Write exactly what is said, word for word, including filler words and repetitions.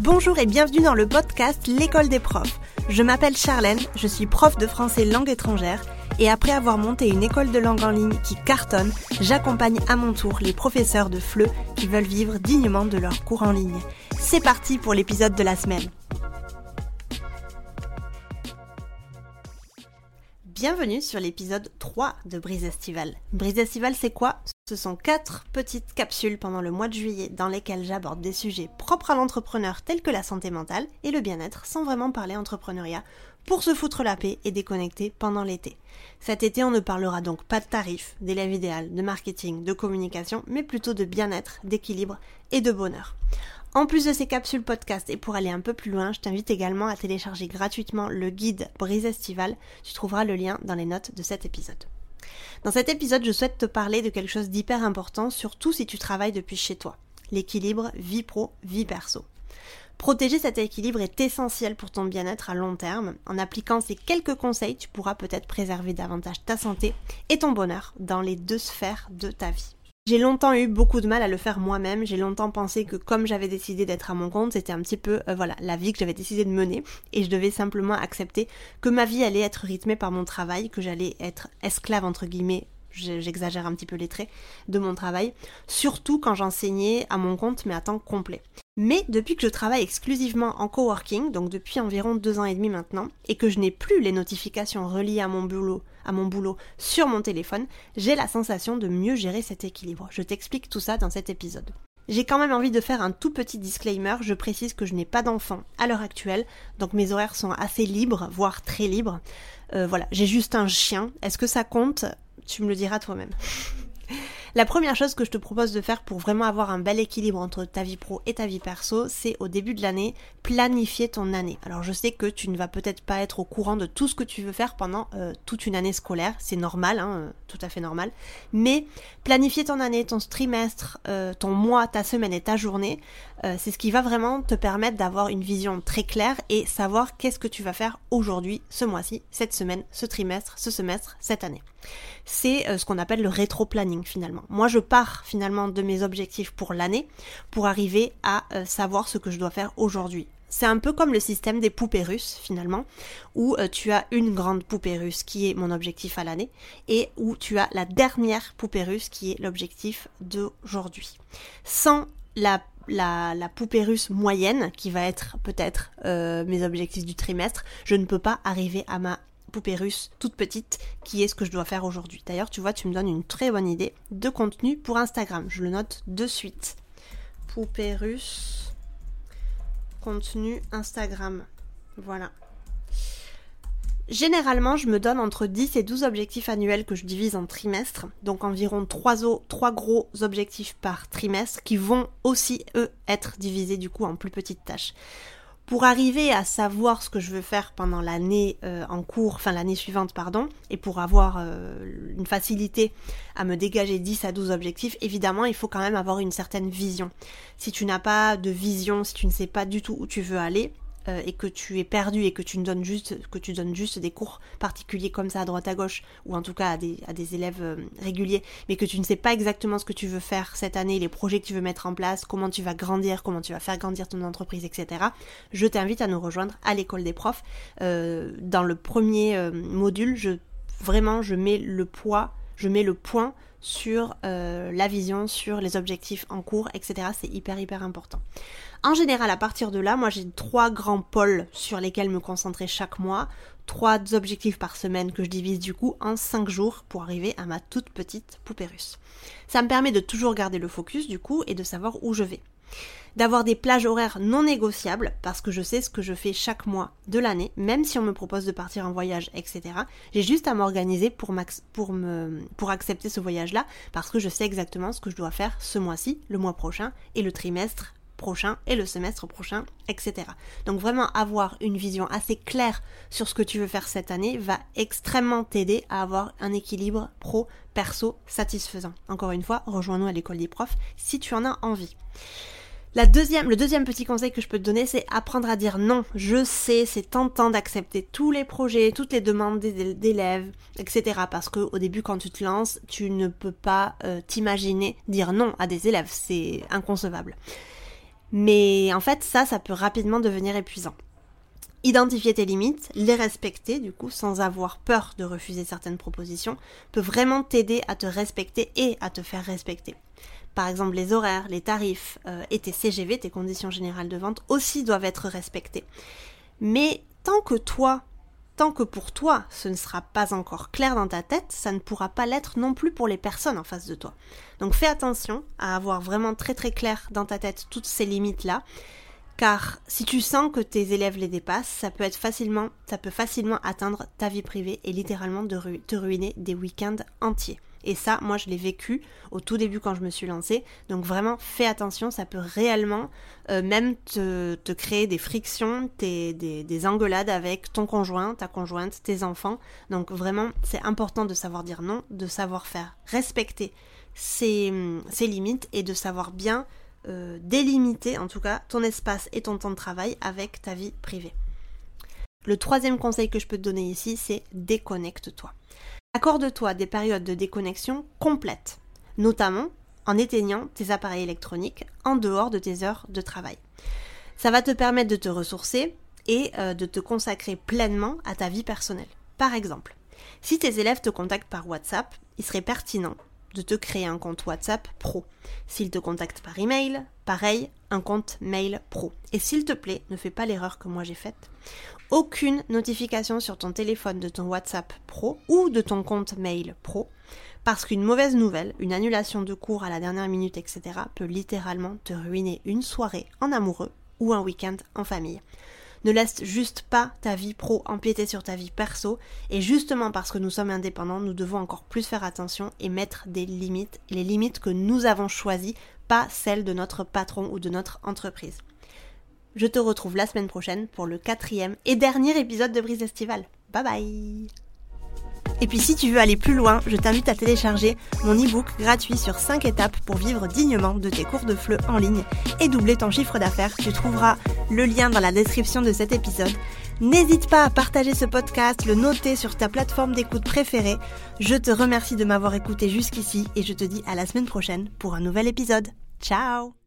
Bonjour et bienvenue dans le podcast L'école des profs. Je m'appelle Charlène, je suis prof de français langue étrangère et après avoir monté une école de langue en ligne qui cartonne, j'accompagne à mon tour les professeurs de F L E qui veulent vivre dignement de leurs cours en ligne. C'est parti pour l'épisode de la semaine. Bienvenue sur l'épisode trois de Brise Estivale. Brise Estivale, c'est quoi ? Ce sont quatre petites capsules pendant le mois de juillet dans lesquelles j'aborde des sujets propres à l'entrepreneur tels que la santé mentale et le bien-être sans vraiment parler entrepreneuriat pour se foutre la paix et déconnecter pendant l'été. Cet été, on ne parlera donc pas de tarifs, d'élèves idéal, de marketing, de communication, mais plutôt de bien-être, d'équilibre et de bonheur. En plus de ces capsules podcast et pour aller un peu plus loin, je t'invite également à télécharger gratuitement le guide Brise Estivale. Tu trouveras le lien dans les notes de cet épisode. Dans cet épisode, je souhaite te parler de quelque chose d'hyper important, surtout si tu travailles depuis chez toi. L'équilibre vie pro, vie perso. Protéger cet équilibre est essentiel pour ton bien-être à long terme. En appliquant ces quelques conseils, tu pourras peut-être préserver davantage ta santé et ton bonheur dans les deux sphères de ta vie. J'ai longtemps eu beaucoup de mal à le faire moi-même, j'ai longtemps pensé que comme j'avais décidé d'être à mon compte, c'était un petit peu euh, voilà la vie que j'avais décidé de mener et je devais simplement accepter que ma vie allait être rythmée par mon travail, que j'allais être esclave entre guillemets, j'exagère un petit peu les traits, de mon travail, surtout quand j'enseignais à mon compte mais à temps complet. Mais depuis que je travaille exclusivement en coworking, donc depuis environ deux ans et demi maintenant, et que je n'ai plus les notifications reliées à mon boulot, à mon boulot sur mon téléphone, j'ai la sensation de mieux gérer cet équilibre. Je t'explique tout ça dans cet épisode. J'ai quand même envie de faire un tout petit disclaimer, je précise que je n'ai pas d'enfant à l'heure actuelle, donc mes horaires sont assez libres, voire très libres. Euh, voilà, j'ai juste un chien, est-ce que ça compte ? Tu me le diras toi-même. La première chose que je te propose de faire pour vraiment avoir un bel équilibre entre ta vie pro et ta vie perso, c'est au début de l'année, planifier ton année. Alors je sais que tu ne vas peut-être pas être au courant de tout ce que tu veux faire pendant euh, toute une année scolaire, c'est normal, hein, tout à fait normal, mais planifier ton année, ton trimestre, euh, ton mois, ta semaine et ta journée, euh, c'est ce qui va vraiment te permettre d'avoir une vision très claire et savoir qu'est-ce que tu vas faire aujourd'hui, ce mois-ci, cette semaine, ce trimestre, ce semestre, cette année. C'est euh, ce qu'on appelle le rétro-planning finalement. Moi je pars finalement de mes objectifs pour l'année pour arriver à euh, savoir ce que je dois faire aujourd'hui. C'est un peu comme le système des poupées russes finalement, où euh, tu as une grande poupée russe qui est mon objectif à l'année et où tu as la dernière poupée russe qui est l'objectif d'aujourd'hui. Sans la La, la poupée russe moyenne, qui va être peut-être euh, mes objectifs du trimestre, je ne peux pas arriver à ma poupée russe toute petite, qui est ce que je dois faire aujourd'hui. D'ailleurs, tu vois, tu me donnes une très bonne idée de contenu pour Instagram. Je le note de suite. Poupée russe, contenu Instagram. Voilà. Généralement, je me donne entre dix et douze objectifs annuels que je divise en trimestres, donc environ trois, o- trois gros objectifs par trimestre qui vont aussi, eux, être divisés du coup en plus petites tâches. Pour arriver à savoir ce que je veux faire pendant l'année euh, en cours, enfin l'année suivante, pardon, et pour avoir euh, une facilité à me dégager dix à douze objectifs, évidemment, il faut quand même avoir une certaine vision. Si tu n'as pas de vision, si tu ne sais pas du tout où tu veux aller, Euh, et que tu es perdu et que tu donnes juste que tu donnes juste des cours particuliers comme ça à droite à gauche ou en tout cas à des, à des élèves euh, réguliers, mais que tu ne sais pas exactement ce que tu veux faire cette année, les projets que tu veux mettre en place, comment tu vas grandir, comment tu vas faire grandir ton entreprise, et cetera. Je t'invite à nous rejoindre à l'école des profs. Euh, dans le premier euh, module, je vraiment je mets le poids, je mets le point sur euh, la vision, sur les objectifs en cours, et cetera. C'est hyper hyper important. En général, à partir de là, moi j'ai trois grands pôles sur lesquels me concentrer chaque mois, trois objectifs par semaine que je divise du coup en cinq jours pour arriver à ma toute petite poupée russe. Ça me permet de toujours garder le focus du coup et de savoir où je vais. D'avoir des plages horaires non négociables parce que je sais ce que je fais chaque mois de l'année, même si on me propose de partir en voyage, et cetera. J'ai juste à m'organiser pour, max- pour, me, pour accepter ce voyage-là parce que je sais exactement ce que je dois faire ce mois-ci, le mois prochain et le trimestre prochain et le semestre prochain, et cetera. Donc vraiment avoir une vision assez claire sur ce que tu veux faire cette année va extrêmement t'aider à avoir un équilibre pro-perso satisfaisant. Encore une fois, rejoins-nous à l'école des profs si tu en as envie. La deuxième, le deuxième petit conseil que je peux te donner, c'est apprendre à dire non. Je sais, c'est tentant d'accepter tous les projets, toutes les demandes d'élèves, et cetera. Parce que au début, quand tu te lances, tu ne peux pas euh, t'imaginer dire non à des élèves. C'est inconcevable. Mais en fait, ça, ça peut rapidement devenir épuisant. Identifier tes limites, les respecter du coup, sans avoir peur de refuser certaines propositions, peut vraiment t'aider à te respecter et à te faire respecter. Par exemple, les horaires, les tarifs euh, et tes C G V, tes conditions générales de vente, aussi doivent être respectés. Mais tant que toi, tant que pour toi, ce ne sera pas encore clair dans ta tête, ça ne pourra pas l'être non plus pour les personnes en face de toi. Donc fais attention à avoir vraiment très très clair dans ta tête toutes ces limites-là, car si tu sens que tes élèves les dépassent, ça peut être facilement, ça peut facilement atteindre ta vie privée et littéralement de ru- te ruiner des week-ends entiers. Et ça, moi, je l'ai vécu au tout début quand je me suis lancée. Donc vraiment, fais attention, ça peut réellement euh, même te, te créer des frictions, tes, des, des engueulades avec ton conjoint, ta conjointe, tes enfants. Donc vraiment, c'est important de savoir dire non, de savoir faire respecter ses, ses limites et de savoir bien euh, délimiter, en tout cas, ton espace et ton temps de travail avec ta vie privée. Le troisième conseil que je peux te donner ici, c'est déconnecte-toi. Accorde-toi des périodes de déconnexion complètes, notamment en éteignant tes appareils électroniques en dehors de tes heures de travail. Ça va te permettre de te ressourcer et euh, de te consacrer pleinement à ta vie personnelle. Par exemple, si tes élèves te contactent par WhatsApp, il serait pertinent de te créer un compte WhatsApp pro. S'ils te contactent par email, pareil, un compte mail pro. Et s'il te plaît, ne fais pas l'erreur que moi j'ai faite. Aucune notification sur ton téléphone de ton WhatsApp pro ou de ton compte mail pro, parce qu'une mauvaise nouvelle, une annulation de cours à la dernière minute, et cetera peut littéralement te ruiner une soirée en amoureux ou un week-end en famille. Ne laisse juste pas ta vie pro empiéter sur ta vie perso, et justement parce que nous sommes indépendants, nous devons encore plus faire attention et mettre des limites, les limites que nous avons choisies, pas celles de notre patron ou de notre entreprise. Je te retrouve la semaine prochaine pour le quatrième et dernier épisode de Brise Estivale. Bye bye! Et puis si tu veux aller plus loin, je t'invite à télécharger mon e-book gratuit sur cinq étapes pour vivre dignement de tes cours de F L E en ligne et doubler ton chiffre d'affaires. Tu trouveras le lien dans la description de cet épisode. N'hésite pas à partager ce podcast, le noter sur ta plateforme d'écoute préférée. Je te remercie de m'avoir écouté jusqu'ici et je te dis à la semaine prochaine pour un nouvel épisode. Ciao!